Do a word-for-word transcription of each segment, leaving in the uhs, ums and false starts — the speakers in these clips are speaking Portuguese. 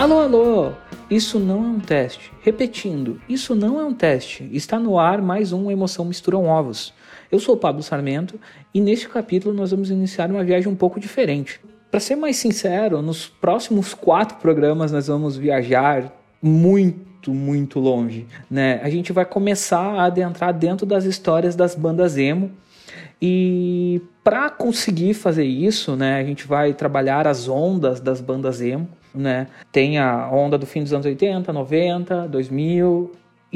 Alô, alô! Isso não é um teste. Repetindo, isso não é um teste. Está no ar mais um Emoção Misturam Ovos. Eu sou o Pablo Sarmento e neste capítulo nós vamos iniciar uma viagem um pouco diferente. Para ser mais sincero, nos próximos quatro programas nós vamos viajar muito, muito longe, né? A gente vai começar a adentrar dentro das histórias das bandas emo. E para conseguir fazer isso, né, a gente vai trabalhar as ondas das bandas emo, né? Tem a onda do fim dos anos oitenta, noventa, dois mil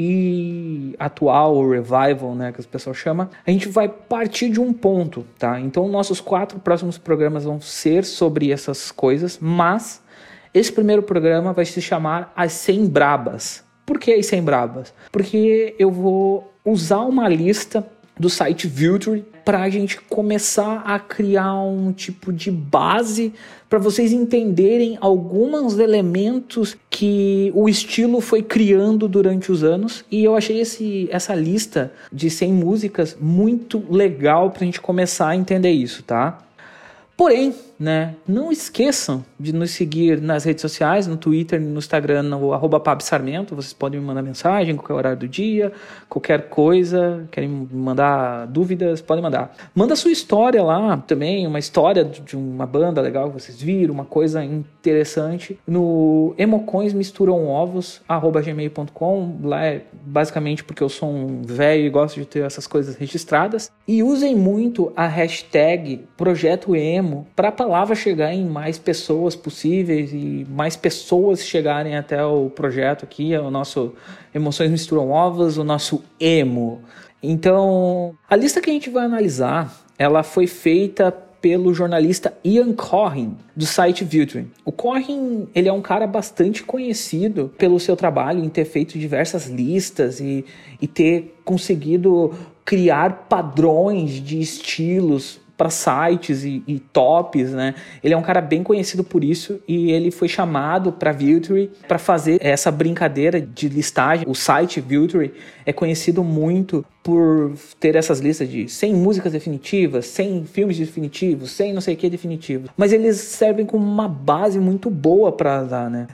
e atual, o revival, né, que as pessoas chamam. A gente vai partir de um ponto, tá? Então nossos quatro próximos programas vão ser sobre essas coisas, mas esse primeiro programa vai se chamar As cem Brabas. Por que As cem Brabas? Porque eu vou usar uma lista do site Vulture para a gente começar a criar um tipo de base para vocês entenderem alguns elementos que o estilo foi criando durante os anos. E eu achei esse, essa lista de cem músicas muito legal para a gente começar a entender isso, tá? Porém, né, não esqueçam de nos seguir nas redes sociais, no Twitter, no Instagram, no arroba Pab Sarmento. Vocês podem me mandar mensagem, qualquer horário do dia, qualquer coisa, querem me mandar dúvidas, podem mandar. Manda a sua história lá também, uma história de uma banda legal que vocês viram, uma coisa interessante, no emocões misturam ovos, arroba gmail ponto com. Lá é basicamente porque eu sou um velho e gosto de ter essas coisas registradas. E usem muito a hashtag Projeto Emo para a palavra chegar em mais pessoas possíveis e mais pessoas chegarem até o projeto aqui, o nosso Emoções Misturam Ovos, o nosso emo. Então, a lista que a gente vai analisar, ela foi feita pelo jornalista Ian Cohen, do site Vulture. O Cohen, ele é um cara bastante conhecido pelo seu trabalho em ter feito diversas listas e, e ter conseguido criar padrões de estilos para sites e, e tops, né? Ele é um cara bem conhecido por isso e ele foi chamado para Vulture para fazer essa brincadeira de listagem. O site Vulture é conhecido muito por ter essas listas de cem músicas definitivas, cem filmes definitivos, cem não sei o que definitivos. Mas eles servem como uma base muito boa para usar, né?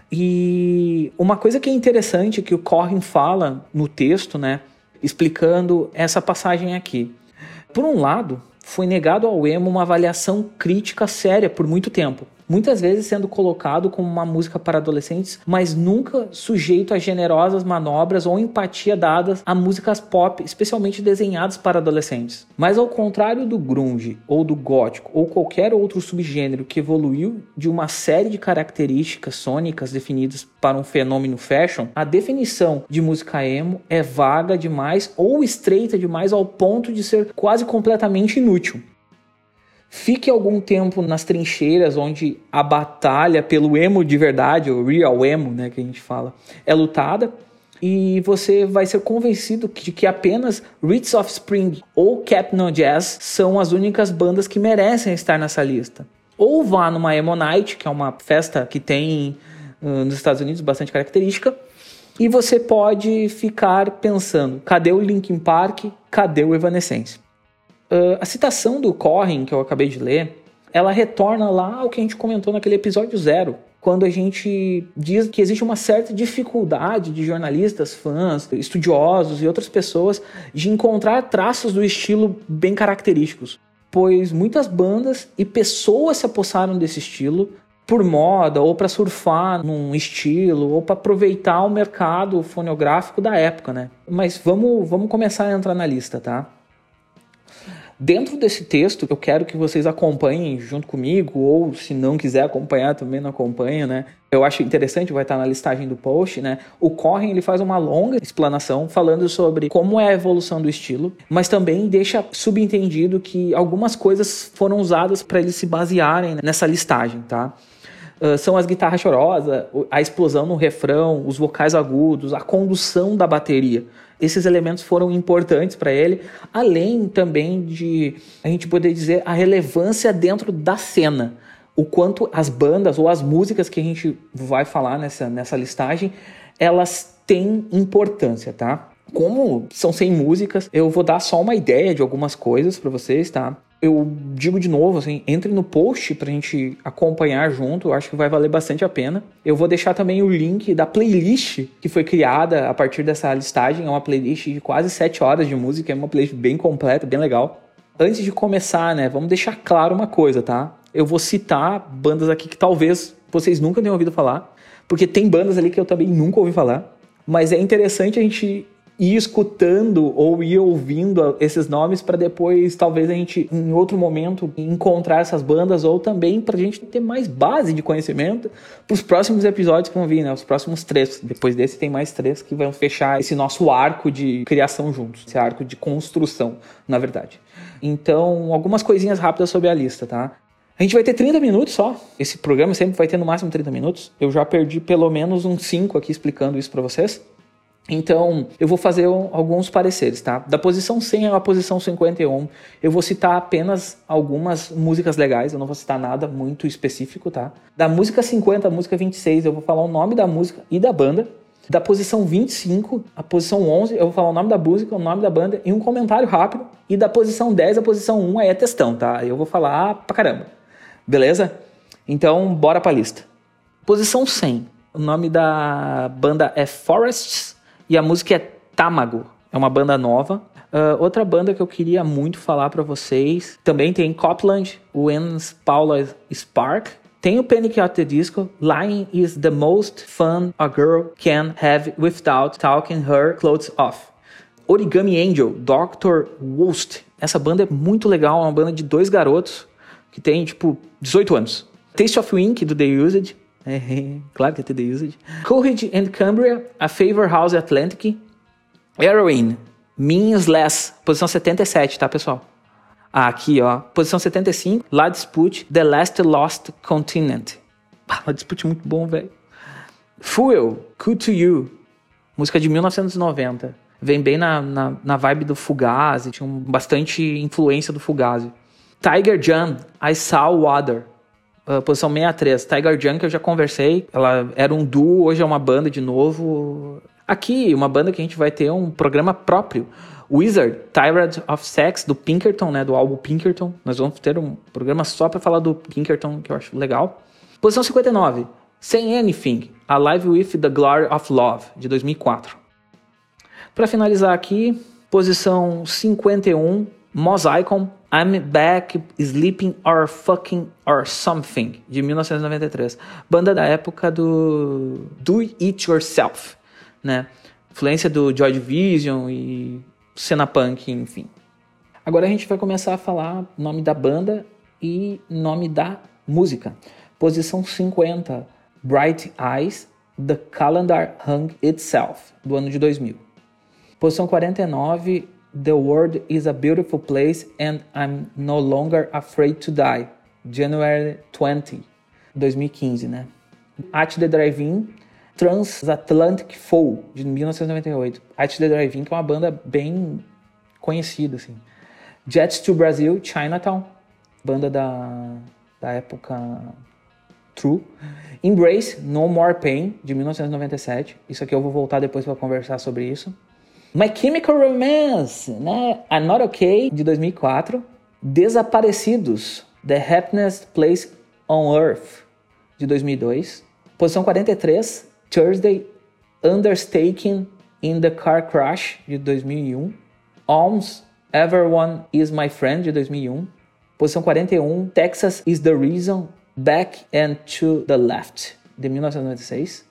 E uma coisa que é interessante que o Cohen fala no texto, né, explicando essa passagem aqui. Por um lado, foi negado ao emo uma avaliação crítica séria por muito tempo, muitas vezes sendo colocado como uma música para adolescentes, mas nunca sujeito a generosas manobras ou empatia dadas a músicas pop, especialmente desenhadas para adolescentes. Mas ao contrário do grunge, ou do gótico, ou qualquer outro subgênero que evoluiu de uma série de características sônicas definidas para um fenômeno fashion, a definição de música emo é vaga demais ou estreita demais ao ponto de ser quase completamente inútil. Fique algum tempo nas trincheiras onde a batalha pelo emo de verdade, o real emo, né, que a gente fala, é lutada, e você vai ser convencido de que apenas Roots of Spring ou Captain No Jazz são as únicas bandas que merecem estar nessa lista. Ou vá numa Emo Night, que é uma festa que tem uh, nos Estados Unidos bastante característica, e você pode ficar pensando, cadê o Linkin Park, cadê o Evanescence? Uh, a citação do Cohen, que eu acabei de ler, ela retorna lá ao que a gente comentou naquele episódio zero, quando a gente diz que existe uma certa dificuldade de jornalistas, fãs, estudiosos e outras pessoas de encontrar traços do estilo bem característicos, pois muitas bandas e pessoas se apossaram desse estilo por moda, ou para surfar num estilo, ou para aproveitar o mercado fonográfico da época, né? Mas vamos, vamos começar a entrar na lista, tá? Dentro desse texto, eu quero que vocês acompanhem junto comigo, ou se não quiser acompanhar, também não acompanha, né? Eu acho interessante, vai estar na listagem do post, né? O Cohen, ele faz uma longa explanação falando sobre como é a evolução do estilo, mas também deixa subentendido que algumas coisas foram usadas para eles se basearem nessa listagem, tá? Uh, são as guitarras chorosas, a explosão no refrão, os vocais agudos, a condução da bateria. Esses elementos foram importantes para ele, além também de a gente poder dizer a relevância dentro da cena. O quanto as bandas ou as músicas que a gente vai falar nessa, nessa listagem, elas têm importância, tá? Como são cem músicas, eu vou dar só uma ideia de algumas coisas para vocês, tá? eu digo de novo, assim, entre no post pra gente acompanhar junto, eu acho que vai valer bastante a pena. Eu vou deixar também o link da playlist que foi criada a partir dessa listagem, é uma playlist de quase sete horas de música, é uma playlist bem completa, bem legal. Antes de começar, né, vamos deixar claro uma coisa, tá? Eu vou citar bandas aqui que talvez vocês nunca tenham ouvido falar, porque tem bandas ali que eu também nunca ouvi falar, mas é interessante a gente ir escutando ou ir ouvindo esses nomes para depois, talvez a gente, em outro momento, encontrar essas bandas, ou também pra gente ter mais base de conhecimento pros próximos episódios que vão vir, né? Os próximos três. Depois desse tem mais três que vão fechar esse nosso arco de criação juntos, esse arco de construção, na verdade. Então, algumas coisinhas rápidas sobre a lista, tá? A gente vai ter trinta minutos só. Esse programa sempre vai ter no máximo trinta minutos. Eu já perdi pelo menos uns cinco aqui explicando isso para vocês. Então, eu vou fazer um, alguns pareceres, tá? Da posição cem à posição cinquenta e um, eu vou citar apenas algumas músicas legais, eu não vou citar nada muito específico, tá? Da música cinquenta à música vinte e seis, eu vou falar o nome da música e da banda. Da posição vinte e cinco à posição onze, eu vou falar o nome da música, o nome da banda e um comentário rápido. E da posição dez à posição um é textão, tá? Eu vou falar pra caramba. Beleza? Então, bora pra lista. Posição cem, o nome da banda é Forests. E a música é Tamago, é uma banda nova. Uh, outra banda que eu queria muito falar pra vocês, também tem Copland, Wins Paula Spark. Tem o Panic! At the Disco, Lying is the most fun a girl can have without talking her clothes off. Origami Angel, doutor Woost. Essa banda é muito legal, é uma banda de dois garotos que tem, tipo, dezoito anos. Taste of Ink, do The Used. É, claro que é The Used. Courage and Cambria, A Favor House Atlantic. Heroin, Means Less, posição setenta e sete, tá, pessoal? Ah, aqui, ó, posição setenta e cinco, La Dispute, The Last Lost Continent. Ah, La Dispute é muito bom, velho. Fuel, Good to You, música de mil novecentos e noventa. Vem bem na, na, na vibe do Fugazi, tinha um, bastante influência do Fugazi. Tiger Jam, I Saw Water. Uh, posição sessenta e três, Tiger Jam, que eu já conversei, ela era um duo, hoje é uma banda de novo. Aqui, uma banda que a gente vai ter um programa próprio, Wizard, Tyrant of Sex, do Pinkerton, né, do álbum Pinkerton. Nós vamos ter um programa só pra falar do Pinkerton, que eu acho legal. Posição cinquenta e nove, Say Anything, Alive with the Glory of Love, de dois mil e quatro. Pra finalizar aqui, posição cinquenta e um, Moss Icon, I'm Back, Sleeping or Fucking or Something, de mil novecentos e noventa e três. Banda da época do Do It Yourself, né? Influência do Joy Division e cena punk, enfim. Agora a gente vai começar a falar nome da banda e nome da música. Posição cinquenta, Bright Eyes, The Calendar Hung Itself, do ano de dois mil. Posição quarenta e nove, The World is a Beautiful Place and I'm No Longer Afraid to Die, January twentieth, dois mil e quinze, né? At the Drive-In, Transatlantic Fall, de mil novecentos e noventa e oito. At the Drive-In, que é uma banda bem conhecida, assim. Jets to Brazil, Chinatown, banda da, da época True. Embrace, No More Pain, de mil novecentos e noventa e sete. Isso aqui eu vou voltar depois para conversar sobre isso. My Chemical Romance, né? I'm Not Okay, de dois mil e quatro. Desaparecidos, The Happiest Place on Earth, de dois mil e dois. Posição quarenta e três, Thursday, Undertaking in the Car Crash, de dois mil e um. Alms, Everyone is My Friend, de dois mil e um. Posição quarenta e um, Texas is the Reason, Back and to the Left, de mil novecentos e noventa e seis.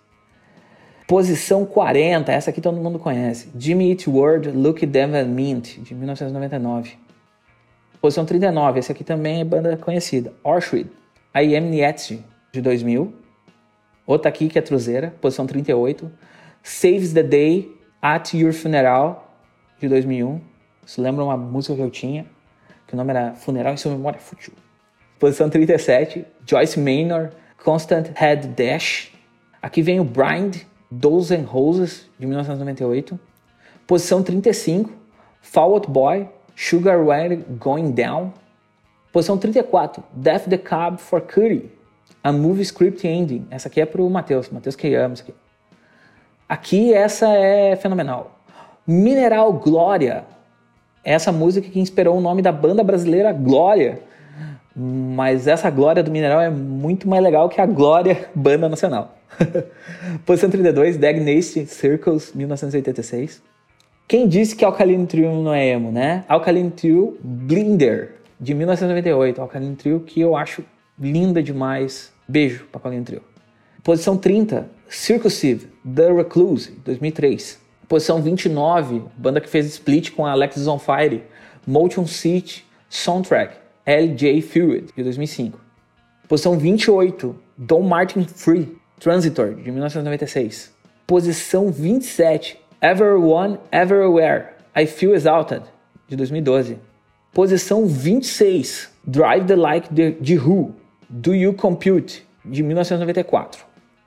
Posição quarenta, essa aqui todo mundo conhece. Jimmy Eat World, Look Them and Mint, de mil novecentos e noventa e nove. Posição trinta e nove, essa aqui também é banda conhecida. Auschwitz, I Am Nietzsche, de dois mil. Outra aqui que é truzeira, posição trinta e oito. Saves the Day, At Your Funeral, de dois mil e um. Isso lembra uma música que eu tinha, que o nome era Funeral em Sua Memória Fútil. Posição trinta e sete, Joyce Manor, Constant Head Dash. Aqui vem o Blind, Dozen Roses, de mil novecentos e noventa e oito. Posição trinta e cinco, Fall Out Boy, Sugar Wedding Going Down. Posição trinta e quatro, Death the Cab for Cutie, A Movie Script Ending. Essa aqui é pro Matheus, Matheus que ama isso aqui. Aqui essa é fenomenal. Mineral Glória, essa música que inspirou o nome da banda brasileira Glória. Mas essa Glória do Mineral é muito mais legal que a Glória Banda Nacional. Posição trinta e dois, Diagnostic Circles, mil novecentos e oitenta e seis. Quem disse que Alkaline Trio não é emo, né? Alkaline Trio Blinder, de mil novecentos e noventa e oito. Alkaline Trio que eu acho linda demais. Beijo pra Alkaline Trio. Posição trinta, Circusive, The Recluse, dois mil e três. Posição vinte e nove, banda que fez split com a Alexis on Fire, Motion City Soundtrack, L J Fury, de dois mil e cinco. Posição vinte e oito, Don Martin Free, Transitor, de mil novecentos e noventa e seis. Posição vinte e sete, Everyone, Everywhere, I Feel Exalted, de dois mil e doze. Posição vinte e seis, Drive the Like de Who, Do You Compute, de mil novecentos e noventa e quatro.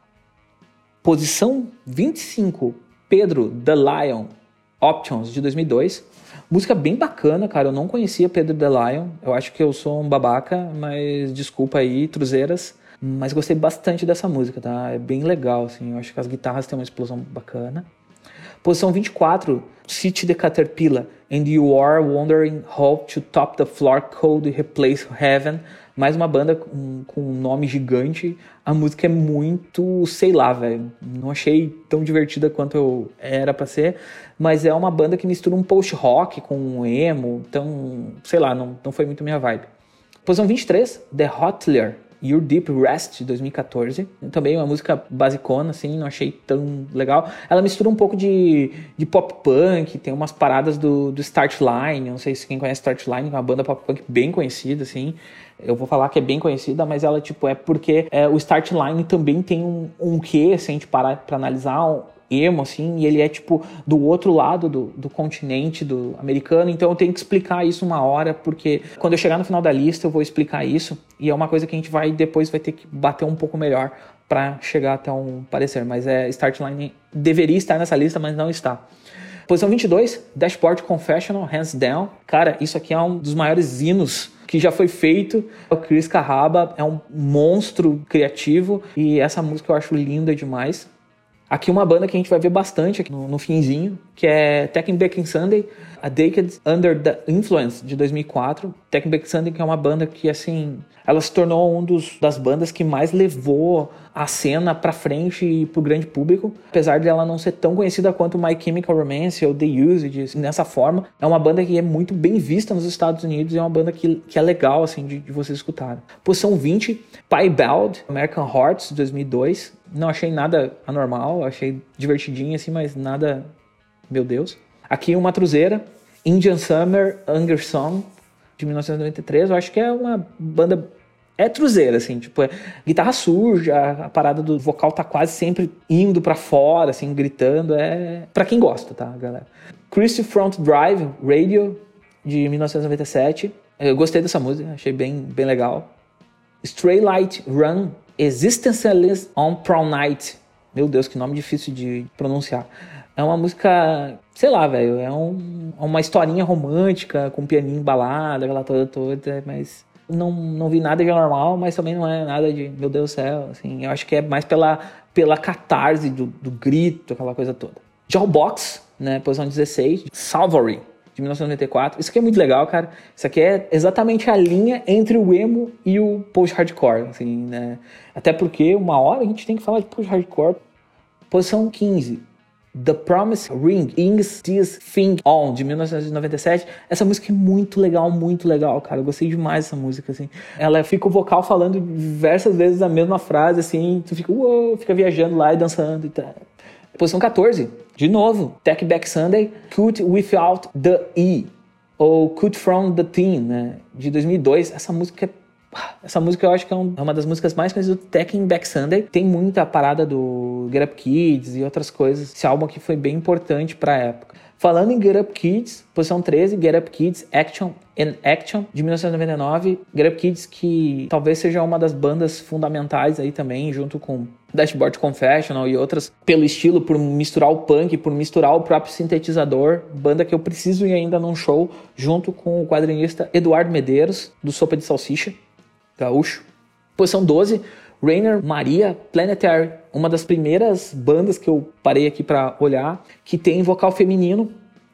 Posição vinte e cinco, Pedro the Lion, Options, de dois mil e dois. Música bem bacana, cara. Eu não conhecia Pedro the Lion. Eu acho que eu sou um babaca, mas desculpa aí, truzeiras. Mas gostei bastante dessa música, tá? É bem legal, assim. Eu acho que as guitarras têm uma explosão bacana. Posição vinte e quatro, City the Caterpillar, And You Are Wondering How to Top the Floor Cold Replace Heaven. Mais uma banda com, com um nome gigante. A música é muito, sei lá, velho. Não achei tão divertida quanto eu era pra ser. Mas é uma banda que mistura um post-rock com um emo. Então, sei lá, não, não foi muito minha vibe. Posição vinte e três, The Hotler, Your Deep Rest, de dois mil e quatorze. Também uma música basicona, assim, não achei tão legal. Ela mistura um pouco de, de pop punk, tem umas paradas do, do Start Line. Não sei se quem conhece Start Line, é uma banda pop punk bem conhecida, assim. Eu vou falar que é bem conhecida, mas ela, tipo, é porque é, o Start Line também tem um, um quê, se a gente parar pra analisar, um emo, assim, e ele é, tipo, do outro lado do, do continente do americano, então eu tenho que explicar isso uma hora, porque quando eu chegar no final da lista eu vou explicar isso, e é uma coisa que a gente vai, depois vai ter que bater um pouco melhor pra chegar até um parecer, mas é, Start Line deveria estar nessa lista, mas não está. Posição vinte e dois, Dashboard Confessional, Hands Down. Cara, isso aqui é um dos maiores hinos que já foi feito. O Chris Carrabba é um monstro criativo e essa música eu acho linda demais. Aqui uma banda que a gente vai ver bastante aqui no, no finzinho, que é Taking Back Sunday, A Decade Under the Influence, de dois mil e quatro. Taking Back Sunday, que é uma banda que, assim, ela se tornou um dos, das bandas que mais levou a cena pra frente e pro grande público, apesar de ela não ser tão conhecida quanto My Chemical Romance ou The Used, nessa forma. É uma banda que é muito bem vista nos Estados Unidos e é uma banda que, que é legal, assim, de, de vocês escutarem. Posição vinte, Piebald, American Hearts, de dois mil e dois. Não achei nada anormal, achei divertidinho, assim, mas nada, meu Deus. Aqui uma truzeira, Indian Summer, Hunger Song, de mil novecentos e noventa e três. Eu acho que é uma banda, é truzeira, assim, tipo, é guitarra suja, a parada do vocal tá quase sempre indo pra fora, assim, gritando, é pra quem gosta, tá, galera? Christie Front Drive, Radio, de mil novecentos e noventa e sete. Eu gostei dessa música, achei bem, bem legal. Stray Light Run, Existentialist on Prom Night. Meu Deus, que nome difícil de pronunciar. É uma música, sei lá, velho, é um, uma historinha romântica, com um pianinho balada, aquela toda toda, mas não, não vi nada de anormal, mas também não é nada de, meu Deus do céu, assim, eu acho que é mais pela, pela catarse do, do grito, aquela coisa toda. Jawbox, né, posição dezesseis, Salvary, de mil novecentos e noventa e quatro. Isso aqui é muito legal, cara. Isso aqui é exatamente a linha entre o emo e o post-hardcore, assim, né? Até porque uma hora a gente tem que falar de post-hardcore. Posição quinze, The Promise Ring, Ings This Thing On, de mil novecentos e noventa e sete. Essa música é muito legal, muito legal, cara. Eu gostei demais dessa música, assim. Ela fica o vocal falando diversas vezes a mesma frase, assim. Tu fica, uou, fica viajando lá e dançando e tal. Posição quatorze, de novo, Take Back Sunday, Cut Without the E, ou Cut From the Teen, né, de dois mil e dois. Essa música, essa música eu acho que é uma das músicas mais conhecidas do Taking Back Sunday. Tem muita parada do Get Up Kids e outras coisas. Esse álbum aqui foi bem importante pra época. Falando em Get Up Kids, posição treze, Get Up Kids, Action and Action, de mil novecentos e noventa e nove. Get Up Kids, que talvez seja uma das bandas fundamentais aí também, junto com Dashboard Confessional e outras, pelo estilo, por misturar o punk, por misturar o próprio sintetizador. Banda que eu preciso ir ainda num show, junto com o quadrinista Eduardo Medeiros, do Sopa de Salsicha, gaúcho. Posição doze, Rainer Maria Planetary, uma das primeiras bandas que eu parei aqui pra olhar, que tem vocal feminino.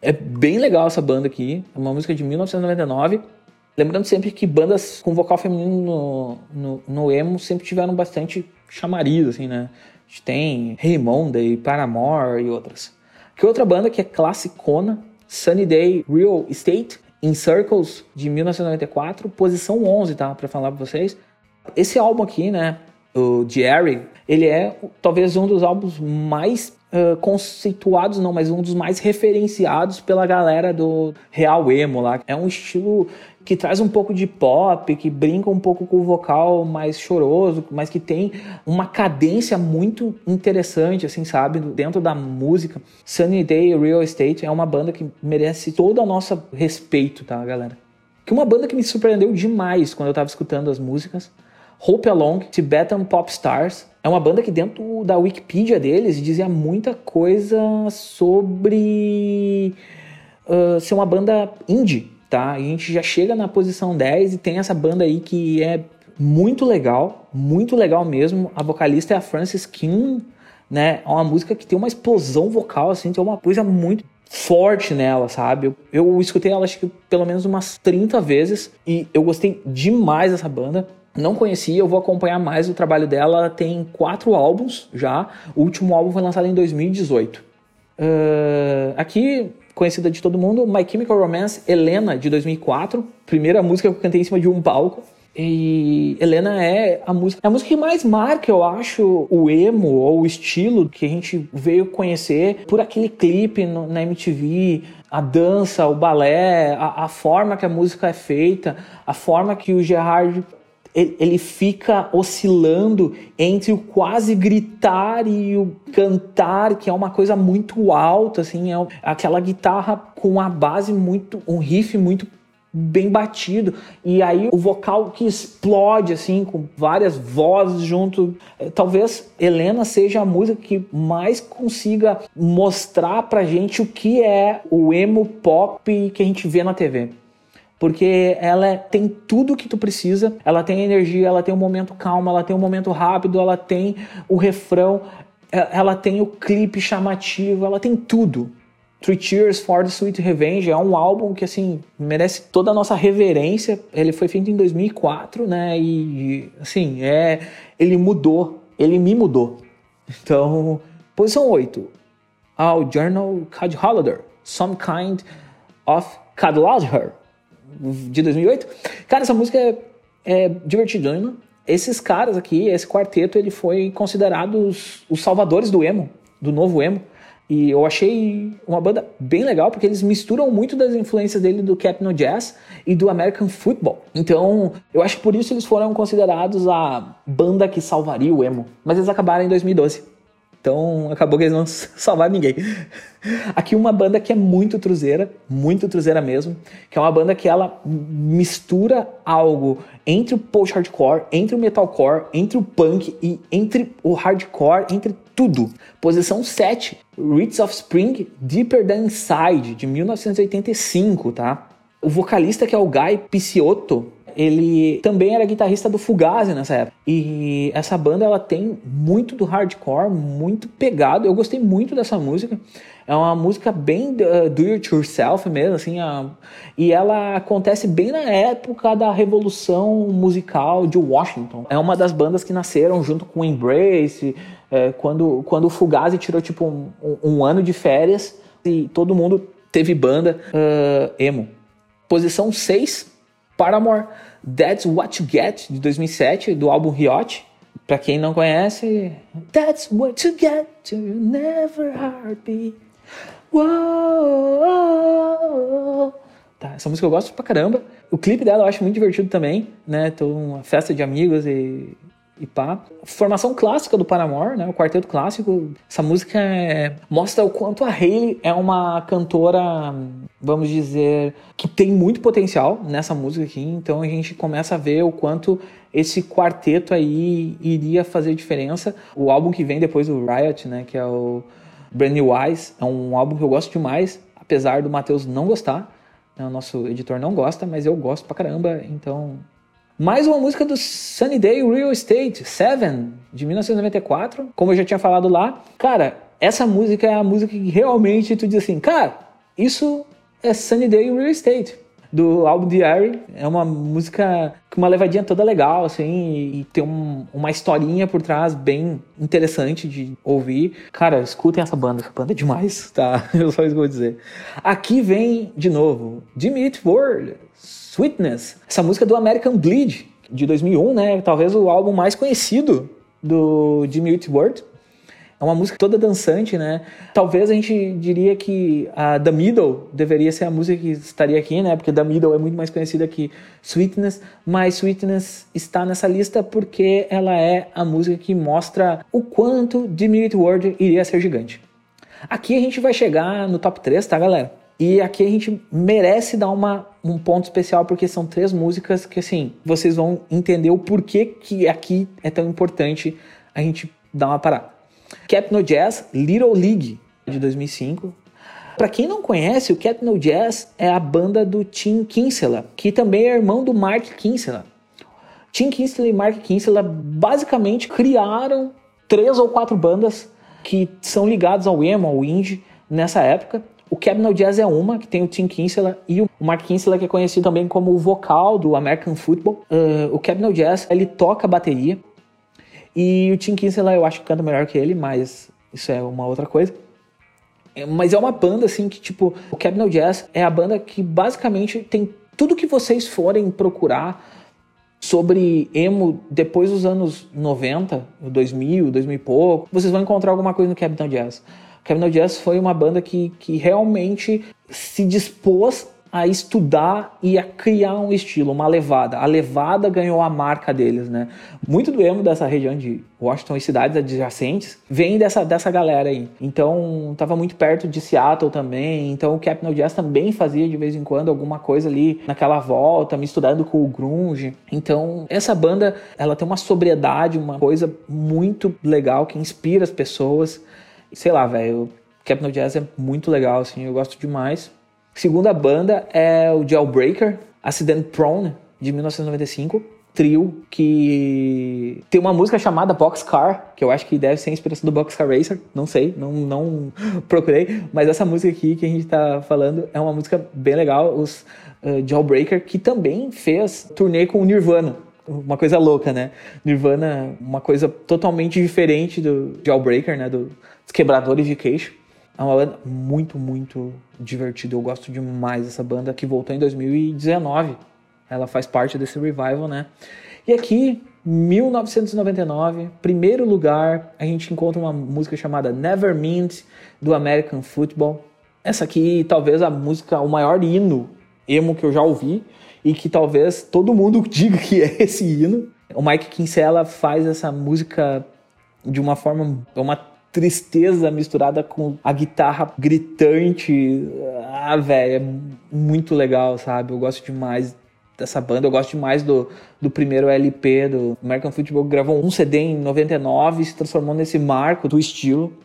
É bem legal essa banda aqui, é uma música de mil novecentos e noventa e nove. Lembrando sempre que bandas com vocal feminino no, no, no emo sempre tiveram bastante chamariz, assim, né? A gente tem Raymonda, Paramore e outras. Que outra banda que é classicona, Sunny Day Real Estate, In Circles, de mil novecentos e noventa e quatro, posição onze, tá? Pra falar pra vocês. Esse álbum aqui, né, o Jerry, ele é talvez um dos álbuns mais uh, conceituados, não, mas um dos mais referenciados pela galera do Real Emo lá. É um estilo que traz um pouco de pop, que brinca um pouco com o vocal mais choroso, mas que tem uma cadência muito interessante, assim, sabe, dentro da música. Sunny Day Real Estate é uma banda que merece todo o nosso respeito, tá, galera? Que uma banda que me surpreendeu demais quando eu tava escutando as músicas, Hope Along, Tibetan Pop Stars, é uma banda que dentro da Wikipedia deles dizia muita coisa sobre uh, ser uma banda indie, tá? A gente já chega na posição dez e tem essa banda aí que é muito legal, muito legal mesmo. A vocalista é a Frances Kim, né? É uma música que tem uma explosão vocal, assim, tem uma coisa muito forte nela, sabe? Eu, eu escutei ela acho que pelo menos umas trinta vezes e eu gostei demais dessa banda. Não conhecia, eu vou acompanhar mais o trabalho dela. Ela tem quatro álbuns já. O último álbum foi lançado em dois mil e dezoito. Uh, aqui, conhecida de todo mundo, My Chemical Romance, Helena, de dois mil e quatro. Primeira música que eu cantei em cima de um palco. E Helena é a música, é a música que mais marca, eu acho, o emo ou o estilo que a gente veio conhecer por aquele clipe no, na M T V, a dança, o balé, a, a forma que a música é feita, a forma que o Gerard ele, ele fica oscilando entre o quase gritar e o cantar, que é uma coisa muito alta, assim, é aquela guitarra com a base muito, um riff muito bem batido, e aí o vocal que explode, assim, com várias vozes junto. Talvez Helena seja a música que mais consiga mostrar pra gente o que é o emo pop que a gente vê na T V. Porque ela é, tem tudo que tu precisa, ela tem energia, ela tem um momento calmo, ela tem um momento rápido, ela tem o refrão, ela tem o clipe chamativo, ela tem tudo. Three Cheers for the Sweet Revenge é um álbum que, assim, merece toda a nossa reverência. Ele foi feito em dois mil e quatro, né, e, assim, é, ele mudou, ele me mudou. Então, posição oito, ao Journal Cadwallader, Some Kind of Cadwallader, de dois mil e oito. Cara, essa música é, é divertidona. Esses caras aqui, esse quarteto, ele foi considerado os, os salvadores do emo, do novo emo. E eu achei uma banda bem legal, porque eles misturam muito das influências dele do Capno Jazz e do American Football. Então, eu acho que por isso eles foram considerados a banda que salvaria o emo. Mas eles acabaram em dois mil e doze. Então, acabou que eles não salvaram ninguém. Aqui uma banda que é muito truzeira, muito truzeira mesmo, que é uma banda que ela mistura algo entre o post-hardcore, entre o metalcore, entre o punk e entre o hardcore, entre tudo. Posição sete, Roots of Spring, Deeper Than Inside, de mil novecentos e oitenta e cinco, tá? O vocalista, que é o Guy Picciotto, ele também era guitarrista do Fugazi nessa época. E essa banda, ela tem muito do hardcore, muito pegado. Eu gostei muito dessa música. É uma música bem uh, do it yourself mesmo, assim. Uh, e ela acontece bem na época da Revolução Musical de Washington. É uma das bandas que nasceram junto com o Embrace, uh, quando, quando o Fugazi tirou tipo um, um ano de férias e todo mundo teve banda uh, emo. Posição seis, Paramore, That's What You Get, de dois mil e sete, do álbum Riot. Pra quem não conhece, That's what you get, you never heartbeat. Whoa. Tá, essa música eu gosto pra caramba. O clipe dela eu acho muito divertido também, né? Tô uma festa de amigos e, e pá. Formação clássica do Paramore, né? O quarteto clássico. Essa música é, mostra o quanto a Hayley é uma cantora, vamos dizer, que tem muito potencial nessa música aqui. Então a gente começa a ver o quanto esse quarteto aí iria fazer diferença. O álbum que vem depois do Riot, né, que é o Brand New Eyes, é um álbum que eu gosto demais, apesar do Matheus não gostar, né, o nosso editor não gosta, mas eu gosto pra caramba. Então, mais uma música do Sunny Day Real Estate, Seven, de mil novecentos e noventa e quatro. Como eu já tinha falado lá, cara, essa música é a música que realmente tu diz assim, cara, Isso é Sunny Day Real Estate, do álbum Diary. É uma música com uma levadinha toda legal, assim, e tem um, uma historinha por trás bem interessante de ouvir. Cara, escutem essa banda, essa banda é demais, tá? Eu só isso que vou dizer. Aqui vem, de novo, Jimmy Eat World, Sweetness. Essa música é do American Bleed, de dois mil e um, né? Talvez o álbum mais conhecido do Jimmy Eat World. É uma música toda dançante, né? Talvez a gente diria que a The Middle deveria ser a música que estaria aqui, né? Porque The Middle é muito mais conhecida que Sweetness, mas Sweetness está nessa lista porque ela é a música que mostra o quanto Jimmy Eat World iria ser gigante. Aqui a gente vai chegar no top três, tá, galera? E aqui a gente merece dar uma, um ponto especial, porque são três músicas que, assim, vocês vão entender o porquê que aqui é tão importante a gente dar uma parada. Capitol Jazz, Little League, de dois mil e cinco. Para quem não conhece, o Capitol Jazz é a banda do Tim Kinsella, que também é irmão do Mark Kinsella. Tim Kinsella e Mark Kinsella basicamente criaram três ou quatro bandas que são ligadas ao emo, ao indie, nessa época. O Capitol Jazz é uma, que tem o Tim Kinsella e o Mark Kinsella, que é conhecido também como o vocal do American Football. Uh, o Capitol Jazz, ele toca bateria. E o Tim Kinsella eu acho que canta melhor que ele, mas isso é uma outra coisa. Mas é uma banda assim que, tipo, o Capitol Jazz é a banda que basicamente tem tudo que vocês forem procurar sobre emo depois dos anos noventa, dois mil, dois mil e pouco, vocês vão encontrar alguma coisa no Capitol Jazz. O Capitol Jazz foi uma banda que, que realmente se dispôs a estudar e a criar um estilo, uma levada. A levada ganhou a marca deles, né? Muito do emo dessa região de Washington e cidades adjacentes vem dessa, dessa galera aí. Então, tava muito perto de Seattle também. Então, o Capitol Jazz também fazia, de vez em quando, alguma coisa ali naquela volta, misturando com o grunge. Então, essa banda, ela tem uma sobriedade, uma coisa muito legal que inspira as pessoas. Sei lá, velho, o Capitol Jazz é muito legal, assim, eu gosto demais. Segunda banda é o Jailbreaker, Accident Prone, de mil novecentos e noventa e cinco. Trio que tem uma música chamada Boxcar, que eu acho que deve ser a inspiração do Boxcar Racer. Não sei, não, não procurei. Mas essa música aqui que a gente tá falando é uma música bem legal. Os uh, Jailbreaker, que também fez turnê com o Nirvana. Uma coisa louca, né? Nirvana, uma coisa totalmente diferente do Jailbreaker, né? Do, dos quebradores de queixo. É uma banda muito, muito divertida. Eu gosto demais dessa banda, que voltou em dois mil e dezenove. Ela faz parte desse revival, né? E aqui, mil novecentos e noventa e nove, primeiro lugar, a gente encontra uma música chamada Nevermind, do American Football. Essa aqui, talvez a música, o maior hino emo que eu já ouvi, e que talvez todo mundo diga que é esse hino. O Mike Kinsella faz essa música de uma forma, uma tristeza misturada com a guitarra gritante. Ah, velho, é muito legal, sabe? Eu gosto demais dessa banda. Eu gosto demais do, do primeiro L P do American Football, que gravou um C D em noventa e nove e se transformou nesse marco do estilo.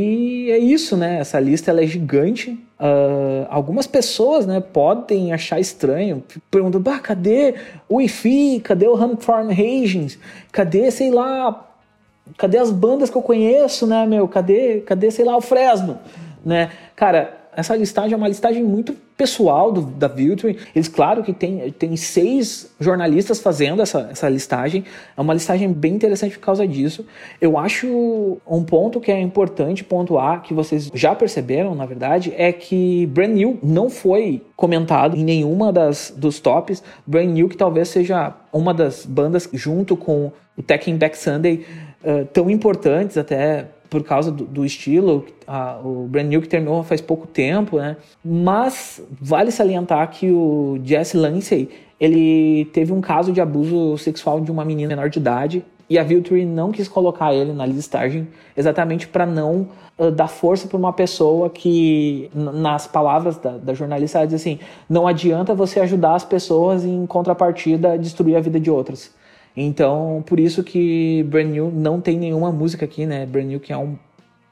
E é isso, né? Essa lista ela é gigante. Uh, algumas pessoas, né, podem achar estranho, perguntando, bah, cadê o Wi-Fi? Cadê o Hamform Regens? Cadê, sei lá, cadê as bandas que eu conheço, né, meu? Cadê, cadê sei lá, o Fresno, né? Cara, essa listagem é uma listagem muito pessoal do, da Vulture. Eles, claro que tem, tem seis jornalistas fazendo essa, essa listagem. É uma listagem bem interessante por causa disso. Eu acho um ponto que é importante pontuar, que vocês já perceberam, na verdade, é que Brand New não foi comentado em nenhuma das, dos tops. Brand New, que talvez seja uma das bandas, junto com o Taking Back Sunday, uh, tão importantes até por causa do, do estilo. A, o Brand New que terminou faz pouco tempo, né? Mas vale salientar que o Jesse Lindsay, ele teve um caso de abuso sexual de uma menina menor de idade, e a Vulture não quis colocar ele na listagem exatamente para não uh, dar força para uma pessoa que, nas palavras da, da jornalista, ela diz assim, não adianta você ajudar as pessoas e, em contrapartida, destruir a vida de outras. Então, por isso que Brand New não tem nenhuma música aqui, né? Brand New que é um,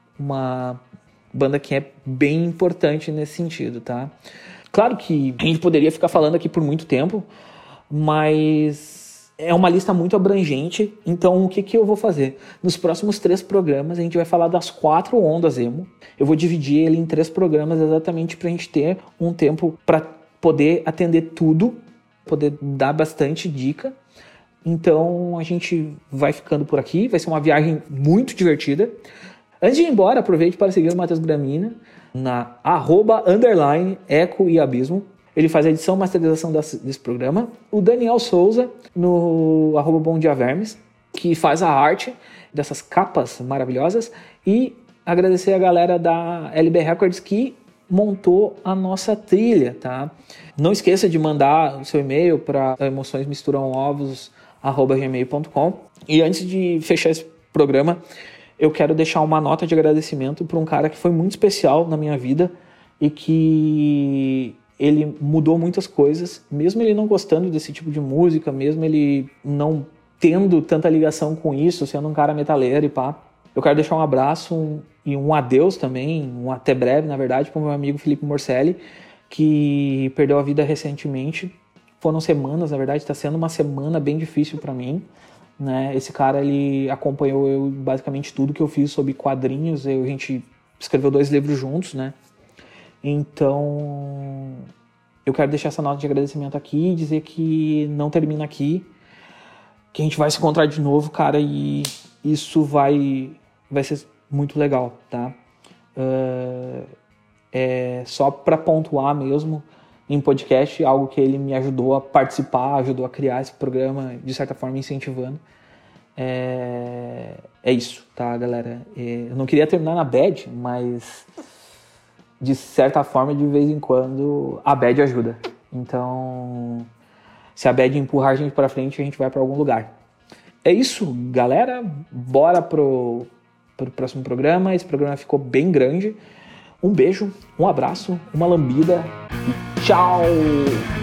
uma banda que é bem importante nesse sentido, tá? Claro que a gente poderia ficar falando aqui por muito tempo, mas é uma lista muito abrangente, então o que, que eu vou fazer? Nos próximos três programas a gente vai falar das quatro ondas emo. Eu vou dividir ele em três programas exatamente para a gente ter um tempo para poder atender tudo, poder dar bastante dica. Então a gente vai ficando por aqui, vai ser uma viagem muito divertida. Antes de ir embora, aproveite para seguir o Matheus Gramina na arroba, underline, eco e abismo. Ele faz a edição e masterização desse, desse programa. O Daniel Souza, no arroba Bom Dia Vermes, que faz a arte dessas capas maravilhosas. E agradecer a galera da L B Records que montou a nossa trilha, tá? Não esqueça de mandar o seu e-mail para emoções misturam ovos arroba gmail ponto com. E antes de fechar esse programa, eu quero deixar uma nota de agradecimento para um cara que foi muito especial na minha vida e que ele mudou muitas coisas, mesmo ele não gostando desse tipo de música, mesmo ele não tendo tanta ligação com isso, sendo um cara metaleiro e pá. Eu quero deixar um abraço um, e um adeus também, um até breve, na verdade, para o meu amigo Felipe Morcelli, que perdeu a vida recentemente. Foram semanas, na verdade, está sendo uma semana bem difícil para mim, né? Esse cara, ele acompanhou eu basicamente tudo que eu fiz sobre quadrinhos, eu, a gente escreveu dois livros juntos, né? Então, eu quero deixar essa nota de agradecimento aqui e dizer que não termina aqui, que a gente vai se encontrar de novo, cara, e isso vai, vai ser muito legal, tá? Uh, é só para pontuar mesmo, em podcast, algo que ele me ajudou a participar, ajudou a criar esse programa, de certa forma incentivando. É, é isso, tá, galera? É, eu não queria terminar na bad, mas de certa forma, de vez em quando, a bad ajuda. Então, se a bad empurrar a gente pra frente, a gente vai pra algum lugar. É isso, galera. Bora pro, pro próximo programa. Esse programa ficou bem grande. Um beijo, um abraço, uma lambida e tchau!